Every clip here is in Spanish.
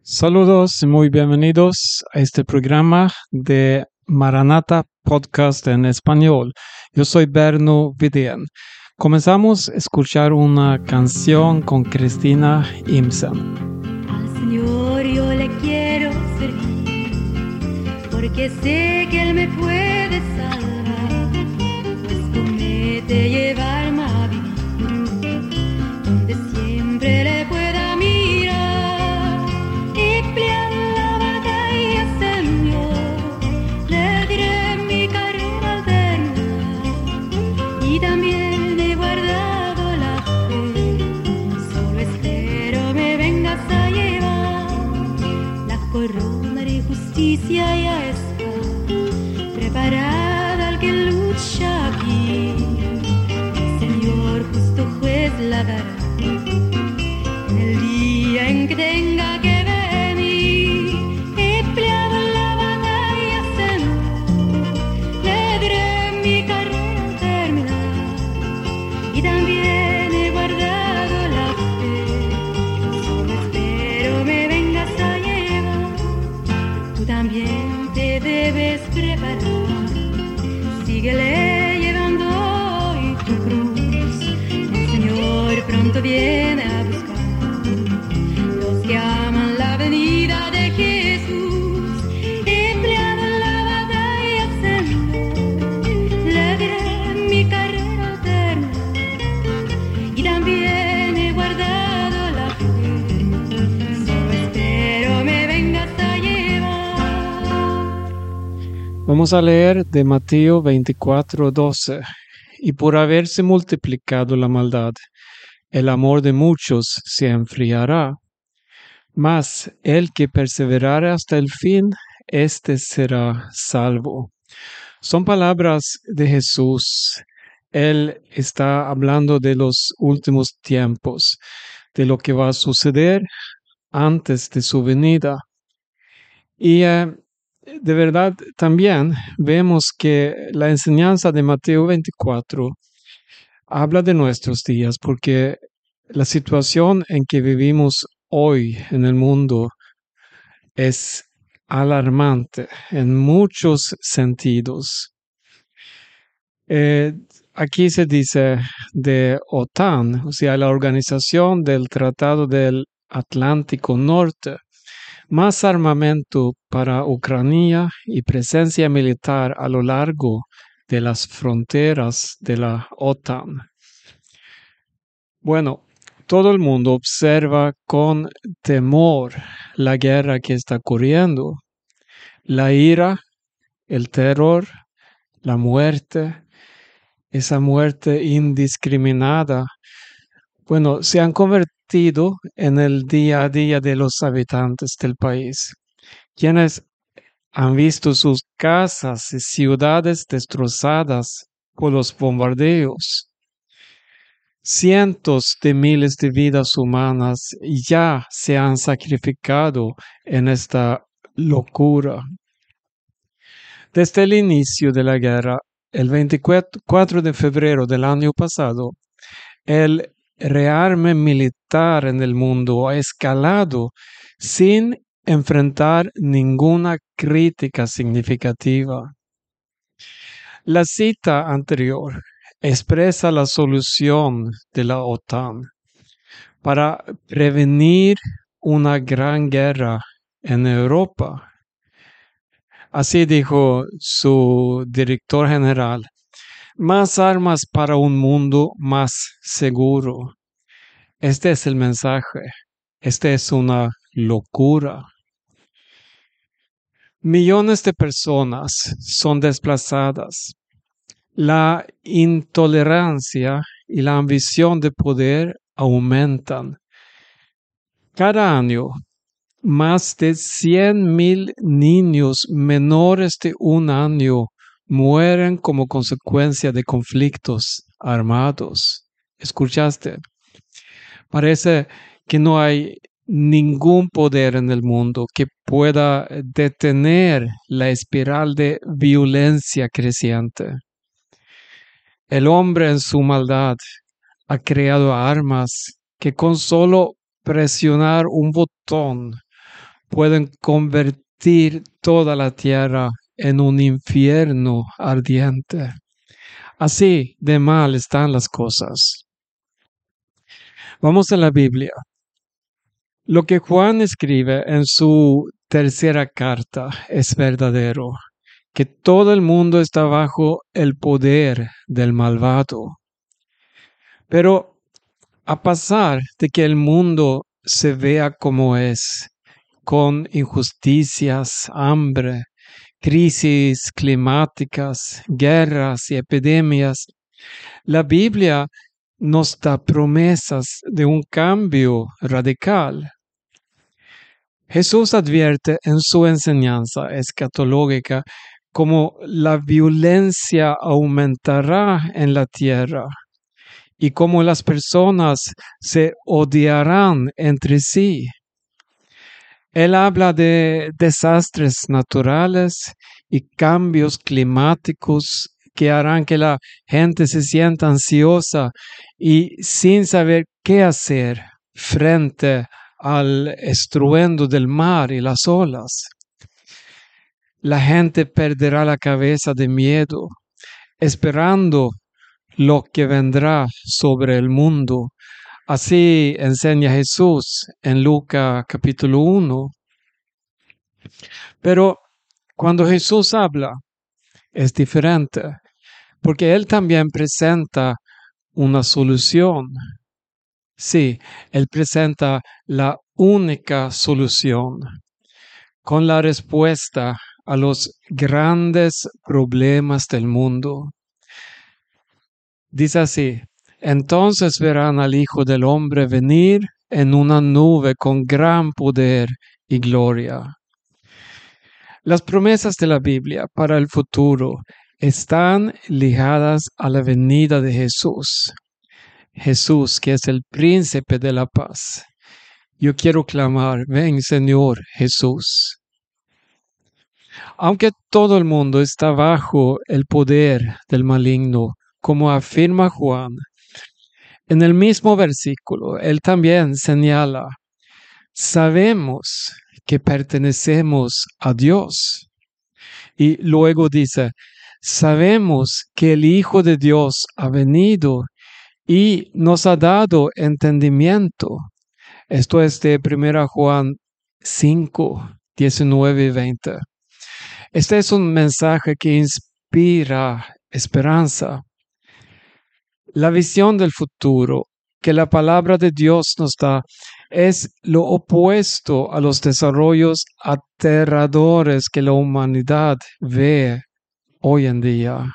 Saludos y muy bienvenidos a este programa de Maranata Podcast en español. Yo soy Berno Vidén. Comenzamos a escuchar una canción con Cristina Imsen. Al Señor yo le quiero servir, porque sé que Él me puede salvar, pues promete llevarme a vivir, donde siempre le pueda mirar y pelear la batalla, Señor. Le diré mi carrera al terminar, y también he guardado la fe. Solo espero me vengas a llevar, la corona de justicia ya está preparada al que lucha aquí. El Señor justo juez la dará en el día en que tenga que venir. He peleado la batalla, Señor. Le diré mi carrera al terminar, y también he guardado la fe. Solo espero me vengas a llevar. Tú también te debes preparar. Síguele llevando hoy tu cruz. El Señor pronto viene a buscar los que aman la venida de Jesús. He peleado la batalla, Señor. Le diré mi carrera al terminar, y también he guardado la fe. Solo espero me vengas a llevar. Vamos a leer de Mateo 24:12. Y por haberse multiplicado la maldad, el amor de muchos se enfriará. Mas el que perseverare hasta el fin, éste será salvo. Son palabras de Jesús. Él está hablando de los últimos tiempos, de lo que va a suceder antes de su venida. Y de verdad también vemos que la enseñanza de Mateo 24 habla de nuestros días, porque la situación en que vivimos hoy en el mundo es alarmante en muchos sentidos. Aquí se dice de OTAN, o sea, la Organización del Tratado del Atlántico Norte, más armamento para Ucrania y presencia militar a lo largo de las fronteras de la OTAN. Bueno, todo el mundo observa con temor la guerra que está ocurriendo, la ira, el terror, la muerte, esa muerte indiscriminada. Bueno, se han convertido en el día a día de los habitantes del país, quienes han visto sus casas y ciudades destrozadas por los bombardeos. Cientos de miles de vidas humanas ya se han sacrificado en esta locura. Desde el inicio de la guerra, el 24 de febrero del año pasado, el rearme militar en el mundo ha escalado sin enfrentar ninguna crítica significativa. La cita anterior expresa la solución de la OTAN para prevenir una gran guerra en Europa. Así dijo su director general: más armas para un mundo más seguro. Este es el mensaje. Esta es una locura. Millones de personas son desplazadas. La intolerancia y la ambición de poder aumentan. Cada año, más de 100,000 niños menores de 1 año mueren como consecuencia de conflictos armados. ¿Escuchaste? Parece que no hay ningún poder en el mundo que pueda detener la espiral de violencia creciente. El hombre en su maldad ha creado armas que con solo presionar un botón pueden convertir toda la tierra en un infierno ardiente. Así de mal están las cosas. Vamos a la Biblia. Lo que Juan escribe en su tercera carta es verdadero, que todo el mundo está bajo el poder del malvado. Pero a pesar de que el mundo se vea como es, con injusticias, hambre, crisis climáticas, guerras y epidemias, la Biblia nos da promesas de un cambio radical. Jesús advierte en su enseñanza escatológica cómo la violencia aumentará en la tierra y cómo las personas se odiarán entre sí. Él habla de desastres naturales y cambios climáticos que harán que la gente se sienta ansiosa y sin saber qué hacer frente al estruendo del mar y las olas. La gente perderá la cabeza de miedo, esperando lo que vendrá sobre el mundo. Así enseña Jesús en Lucas capítulo 1. Pero cuando Jesús habla, es diferente, porque Él también presenta una solución. Sí, Él presenta la única solución, con la respuesta a los grandes problemas del mundo. Dice así: entonces verán al Hijo del Hombre venir en una nube con gran poder y gloria. Las promesas de la Biblia para el futuro están ligadas a la venida de Jesús. Jesús, que es el príncipe de la paz. Yo quiero clamar: ven, Señor Jesús. Aunque todo el mundo está bajo el poder del maligno, como afirma Juan, en el mismo versículo, él también señala: sabemos que pertenecemos a Dios. Y luego dice: sabemos que el Hijo de Dios ha venido y nos ha dado entendimiento. Esto es de 1 Juan 5, 19 y 20. Este es un mensaje que inspira esperanza. La visión del futuro que la palabra de Dios nos da es lo opuesto a los desarrollos aterradores que la humanidad ve hoy en día.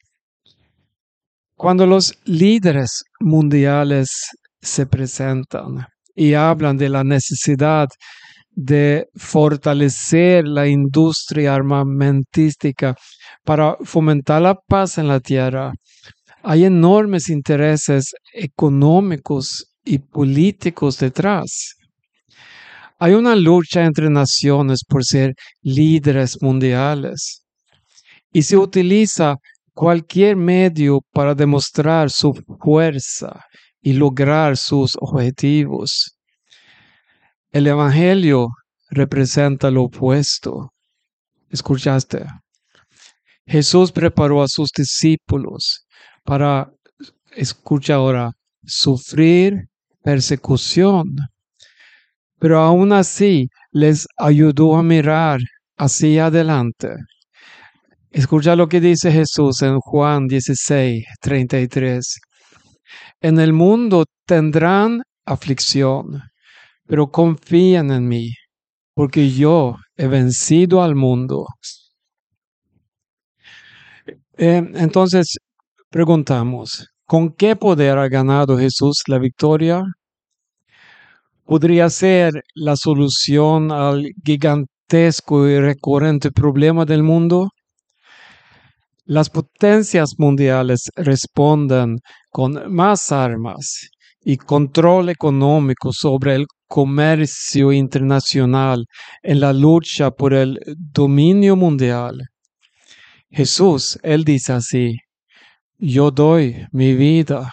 Cuando los líderes mundiales se presentan y hablan de la necesidad de fortalecer la industria armamentística para fomentar la paz en la tierra, hay enormes intereses económicos y políticos detrás. Hay una lucha entre naciones por ser líderes mundiales y se utiliza cualquier medio para demostrar su fuerza y lograr sus objetivos. El Evangelio representa lo opuesto. ¿Escuchaste? Jesús preparó a sus discípulos para, escucha ahora, sufrir persecución, pero aún así les ayudó a mirar hacia adelante. Escucha lo que dice Jesús en Juan 16, 33. En el mundo tendrán aflicción, pero confíen en mí, porque yo he vencido al mundo. Entonces, preguntamos: ¿con qué poder ha ganado Jesús la victoria? ¿Podría ser la solución al gigantesco y recurrente problema del mundo? Las potencias mundiales responden con más armas y control económico sobre el comercio internacional en la lucha por el dominio mundial. Jesús, Él dice así: yo doy mi vida.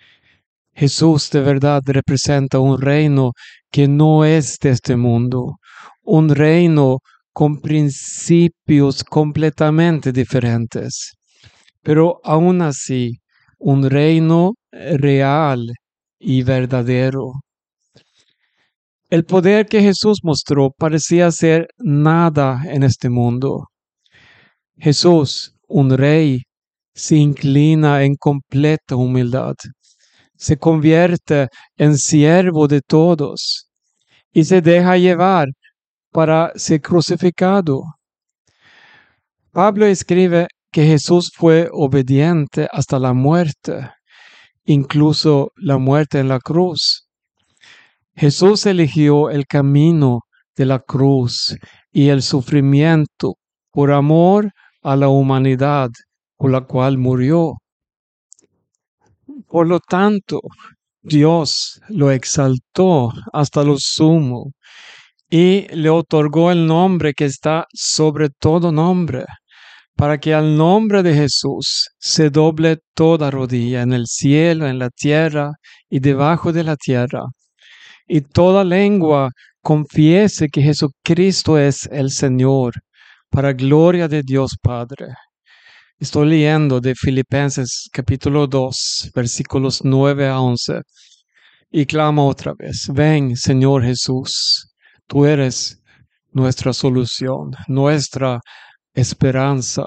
Jesús de verdad representa un reino que no es de este mundo, un reino con principios completamente diferentes, pero aún así un reino real y verdadero. El poder que Jesús mostró parecía ser nada en este mundo. Jesús, un rey, se inclina en completa humildad, se convierte en siervo de todos y se deja llevar para ser crucificado. Pablo escribe que Jesús fue obediente hasta la muerte, incluso la muerte en la cruz. Jesús eligió el camino de la cruz y el sufrimiento por amor a la humanidad por la cual murió. Por lo tanto, Dios lo exaltó hasta lo sumo y le otorgó el nombre que está sobre todo nombre, para que al nombre de Jesús se doble toda rodilla en el cielo, en la tierra y debajo de la tierra, y toda lengua confiese que Jesucristo es el Señor, para gloria de Dios Padre. Estoy leyendo de Filipenses capítulo 2, versículos 9 a 11, y clamo otra vez: ven, Señor Jesús, tú eres nuestra solución, nuestra esperanza.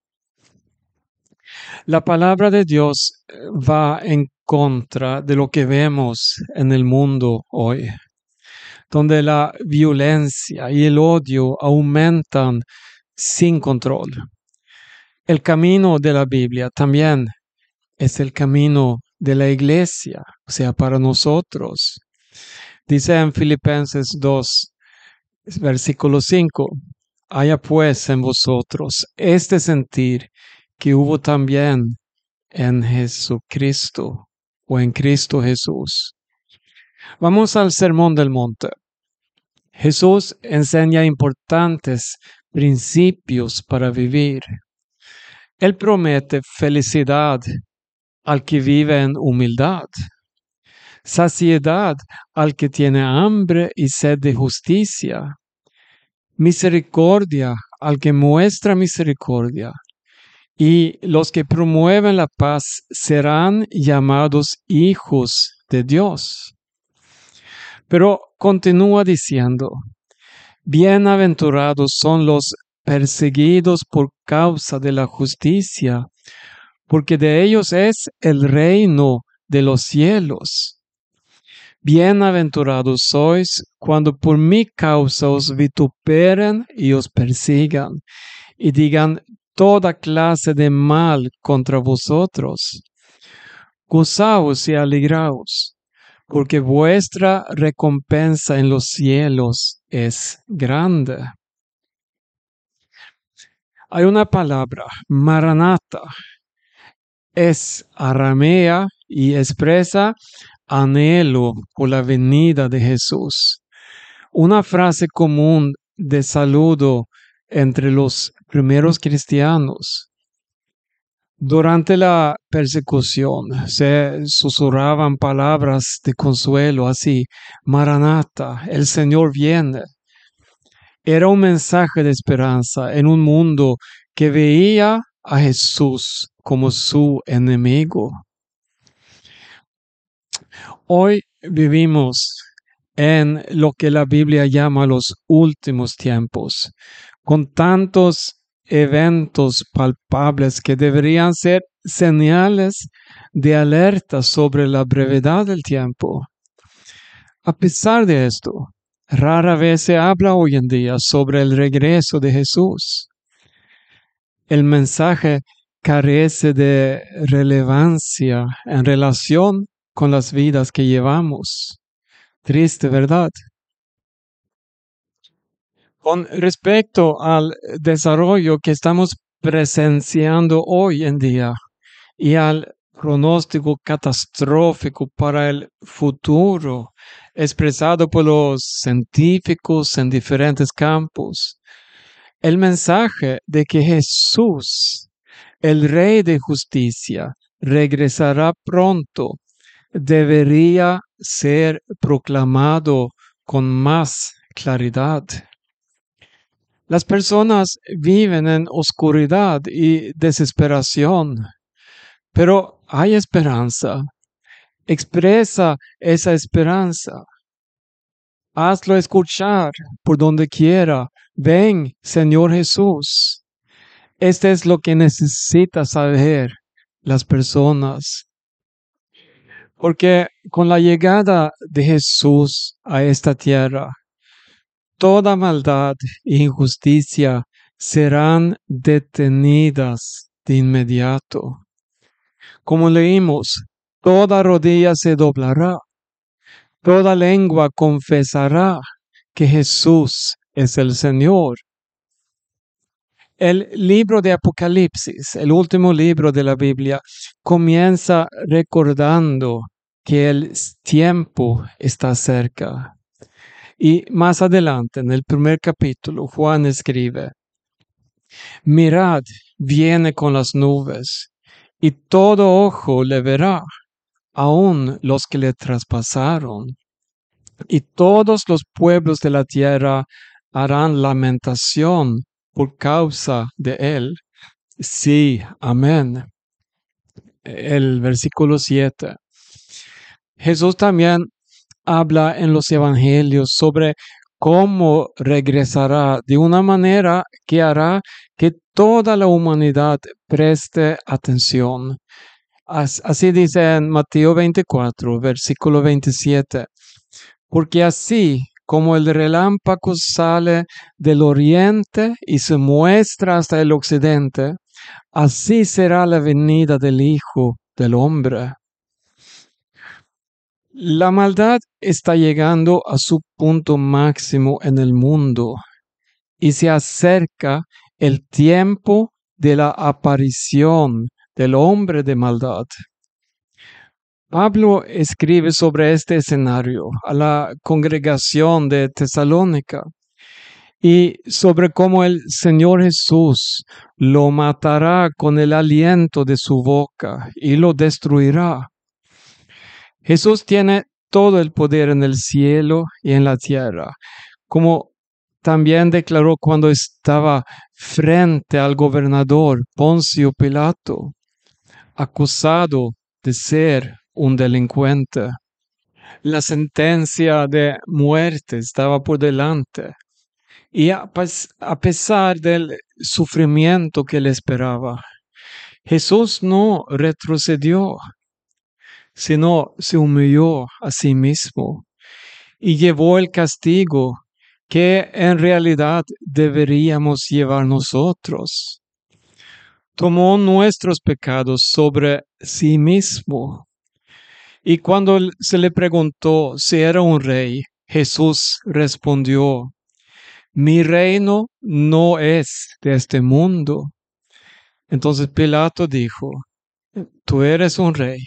La palabra de Dios va en contra de lo que vemos en el mundo hoy, donde la violencia y el odio aumentan sin control. El camino de la Biblia también es el camino de la iglesia, o sea, para nosotros. Dice en Filipenses 2, versículo 5, haya pues en vosotros este sentir que hubo también en Jesucristo o en Cristo Jesús. Vamos al Sermón del Monte. Jesús enseña importantes principios para vivir. Él promete felicidad al que vive en humildad, saciedad al que tiene hambre y sed de justicia, misericordia al que muestra misericordia, y los que promueven la paz serán llamados hijos de Dios. Pero continúa diciendo: bienaventurados son los perseguidos por causa de la justicia, porque de ellos es el reino de los cielos. Bienaventurados sois cuando por mi causa os vituperen y os persigan, y digan toda clase de mal contra vosotros. Gozaos y alegraos, porque vuestra recompensa en los cielos es grande. Hay una palabra, Maranatha, es aramea y expresa anhelo por la venida de Jesús. Una frase común de saludo entre los primeros cristianos. Durante la persecución se susurraban palabras de consuelo así: Maranatha, el Señor viene. Era un mensaje de esperanza en un mundo que veía a Jesús como su enemigo. Hoy vivimos en lo que la Biblia llama los últimos tiempos, con tantos eventos palpables que deberían ser señales de alerta sobre la brevedad del tiempo. A pesar de esto, rara vez se habla hoy en día sobre el regreso de Jesús. El mensaje carece de relevancia en relación con las vidas que llevamos. Triste, ¿verdad? Con respecto al desarrollo que estamos presenciando hoy en día y al pronóstico catastrófico para el futuro expresado por los científicos en diferentes campos, el mensaje de que Jesús, el Rey de Justicia, regresará pronto, debería ser proclamado con más claridad. Las personas viven en oscuridad y desesperación, pero hay esperanza. Expresa esa esperanza. Hazlo escuchar por donde quiera. Ven, Señor Jesús. Este es lo que necesitan saber las personas. Porque con la llegada de Jesús a esta tierra, toda maldad e injusticia serán detenidas de inmediato. Como leímos, toda rodilla se doblará, toda lengua confesará que Jesús es el Señor. El libro de Apocalipsis, el último libro de la Biblia, comienza recordando que el tiempo está cerca. Y más adelante, en el primer capítulo, Juan escribe: Mirad, viene con las nubes, y todo ojo le verá, aun los que le traspasaron. Y todos los pueblos de la tierra harán lamentación por causa de él. Sí, amén. El versículo 7. Jesús también habla en los evangelios sobre cómo regresará de una manera que hará que toda la humanidad preste atención. Así dice en Mateo 24, versículo 27. Porque así como el relámpago sale del oriente y se muestra hasta el occidente, así será la venida del Hijo del Hombre. La maldad está llegando a su punto máximo en el mundo y se acerca el tiempo de la aparición del hombre de maldad. Pablo escribe sobre este escenario a la congregación de Tesalónica y sobre cómo el Señor Jesús lo matará con el aliento de su boca y lo destruirá. Jesús tiene todo el poder en el cielo y en la tierra, como también declaró cuando estaba frente al gobernador Poncio Pilato, acusado de ser un delincuente. La sentencia de muerte estaba por delante y a pesar del sufrimiento que le esperaba, Jesús no retrocedió, sino se humilló a sí mismo y llevó el castigo que en realidad deberíamos llevar nosotros. Tomó nuestros pecados sobre sí mismo. Y cuando se le preguntó si era un rey, Jesús respondió: Mi reino no es de este mundo. Entonces Pilato dijo: Tú eres un rey.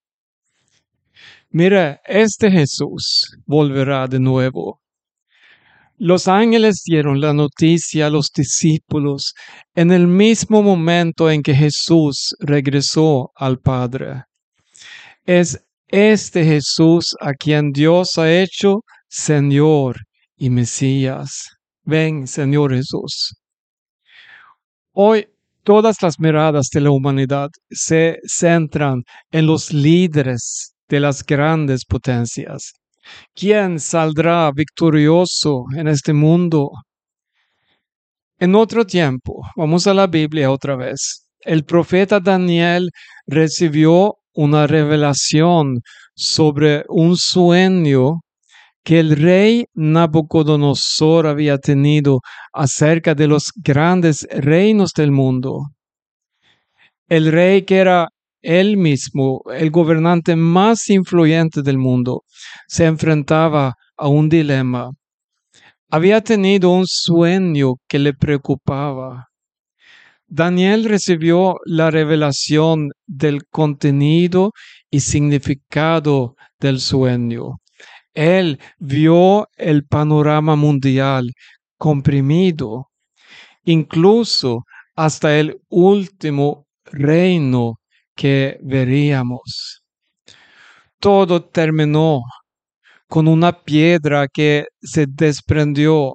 Mira, este Jesús volverá de nuevo. Los ángeles dieron la noticia a los discípulos en el mismo momento en que Jesús regresó al Padre. Es este Jesús a quien Dios ha hecho Señor y Mesías. Ven, Señor Jesús. Hoy todas las miradas de la humanidad se centran en los líderes de las grandes potencias. ¿Quién saldrá victorioso en este mundo? En otro tiempo, vamos a la Biblia otra vez. El profeta Daniel recibió una revelación sobre un sueño que el rey Nabucodonosor había tenido acerca de los grandes reinos del mundo. El rey, que era él mismo el gobernante más influyente del mundo, se enfrentaba a un dilema. Había tenido un sueño que le preocupaba. Daniel recibió la revelación del contenido y significado del sueño. Él vio el panorama mundial comprimido, incluso hasta el último reino que veríamos. Todo terminó con una piedra que se desprendió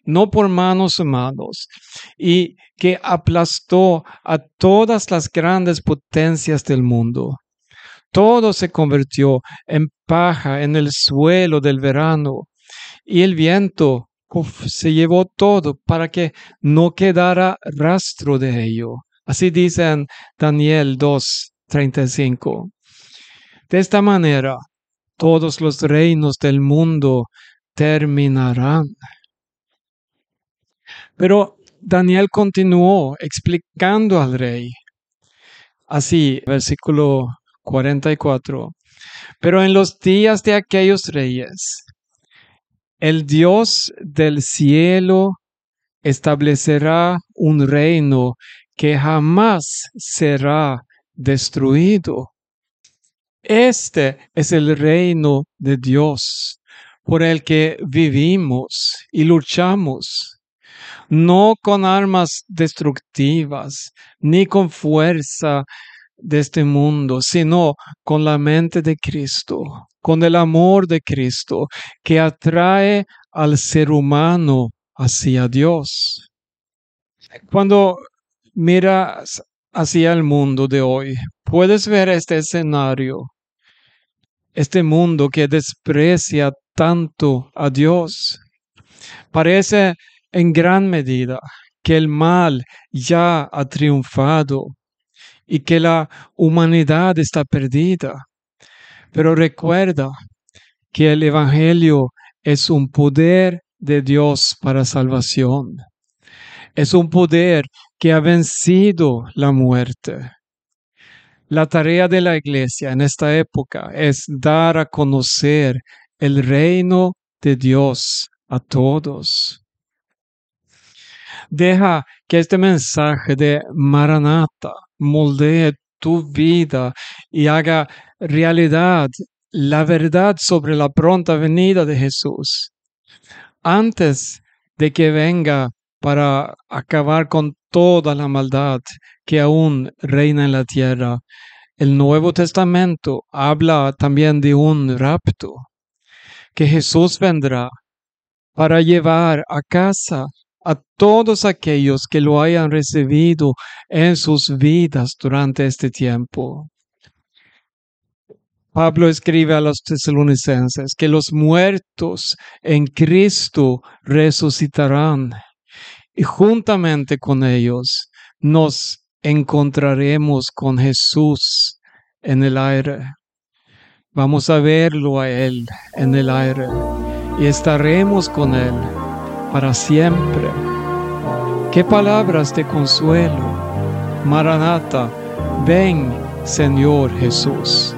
no por manos humanos, y que aplastó a todas las grandes potencias del mundo. Todo se convirtió en paja en el suelo del verano, y el viento se llevó todo para que no quedara rastro de ello. Así dice en Daniel 2:35. De esta manera, todos los reinos del mundo terminarán. Pero Daniel continuó explicando al rey. Así, versículo 44. Pero en los días de aquellos reyes, el Dios del cielo establecerá un reino que jamás será destruido. Este es el reino de Dios por el que vivimos y luchamos, no con armas destructivas ni con fuerza de este mundo, sino con la mente de Cristo, con el amor de Cristo que atrae al ser humano hacia Dios. Cuando miras hacia el mundo de hoy, puedes ver este escenario, este mundo que desprecia tanto a Dios. Parece en gran medida que el mal ya ha triunfado y que la humanidad está perdida. Pero recuerda que el Evangelio es un poder de Dios para salvación. Es un poder que ha vencido la muerte. La tarea de la iglesia en esta época es dar a conocer el reino de Dios a todos. Deja que este mensaje de Maranatha moldee tu vida y haga realidad la verdad sobre la pronta venida de Jesús. Antes de que venga para acabar con toda la maldad que aún reina en la tierra, el Nuevo Testamento habla también de un rapto, que Jesús vendrá para llevar a casa a todos aquellos que lo hayan recibido en sus vidas durante este tiempo. Pablo escribe a los tesalonicenses que los muertos en Cristo resucitarán y juntamente con ellos nos encontraremos con Jesús en el aire. Vamos a verlo a Él en el aire y estaremos con Él para siempre. ¡Qué palabras de consuelo! Maranatha, ven, Señor Jesús.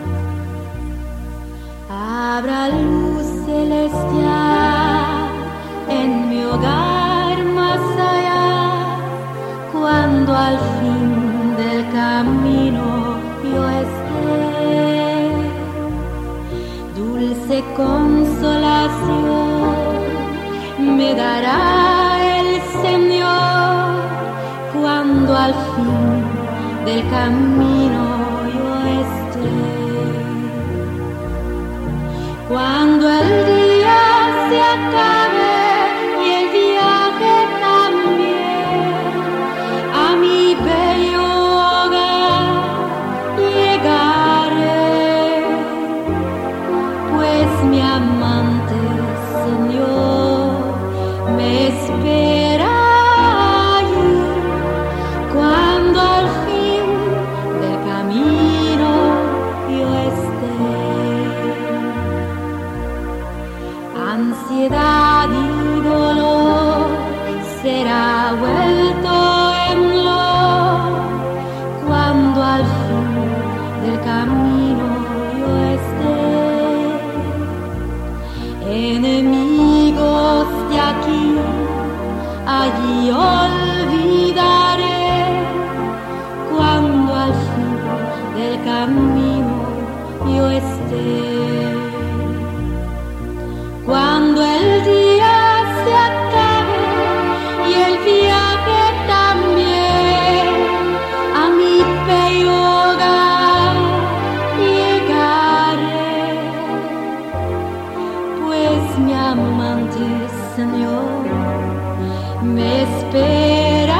Habrá luz celestial en mi hogar más allá, cuando al fin del camino yo esté. Dulce consolación me dará el Señor, cuando al fin del camino yo esté. Cuando el día se acabe y el viaje también, a mi bello hogar llegaré, pues mi amante Señor me espera allí, cuando al fin del camino yo esté. Ansiedad y dolor será vuelto en flor, cuando al fin del camino yo esté. Enemigos de aquí, allí olvidaré, cuando al fin del camino yo esté. Cuando el día se acabe y el viaje también, a mi bello hogar llegaré, pues mi amante Señor me espera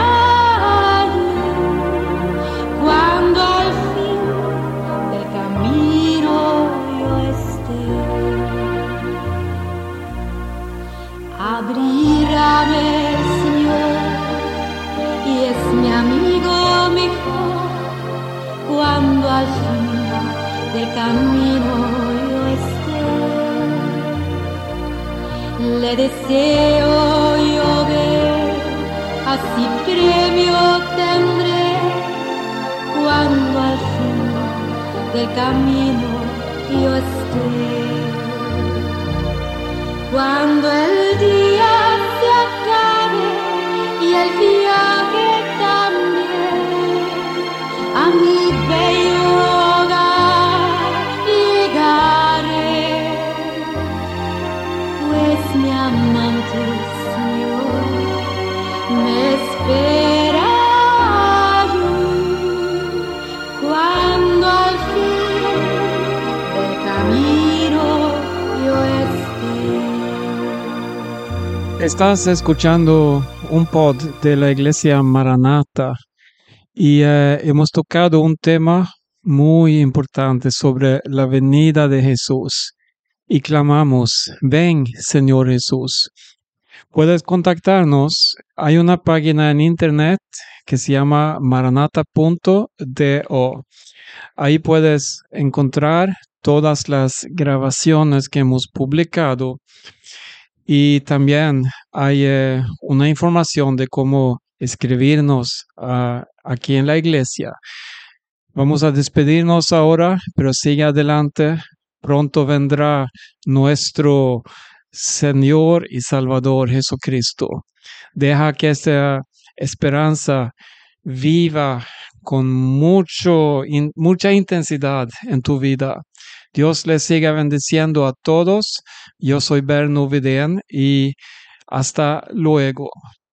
cuando al fin del camino yo esté. Abrirame el Señor y es mi amigo mejor cuando al fin del camino yo esté. Le deseo yo ver, así premio tendré cuando al fin del camino yo esté. Cuando el día se acabe y el viaje también, a mi bello hogar llegaré, pues mi amante Señor me espera allí, cuando al fin del camino yo esté. Estás escuchando un pod de la Iglesia Maranata y hemos tocado un tema muy importante sobre la venida de Jesús y clamamos, ven Señor Jesús. Puedes contactarnos, hay una página en internet que se llama maranata.do. Ahí puedes encontrar todas las grabaciones que hemos publicado. Y también hay una información de cómo escribirnos aquí en la iglesia. Vamos a despedirnos ahora, pero sigue adelante. Pronto vendrá nuestro Señor y Salvador Jesucristo. Deja que esta esperanza viva con mucha intensidad en tu vida. Dios les siga bendiciendo a todos. Yo soy Berno Vidén y hasta luego.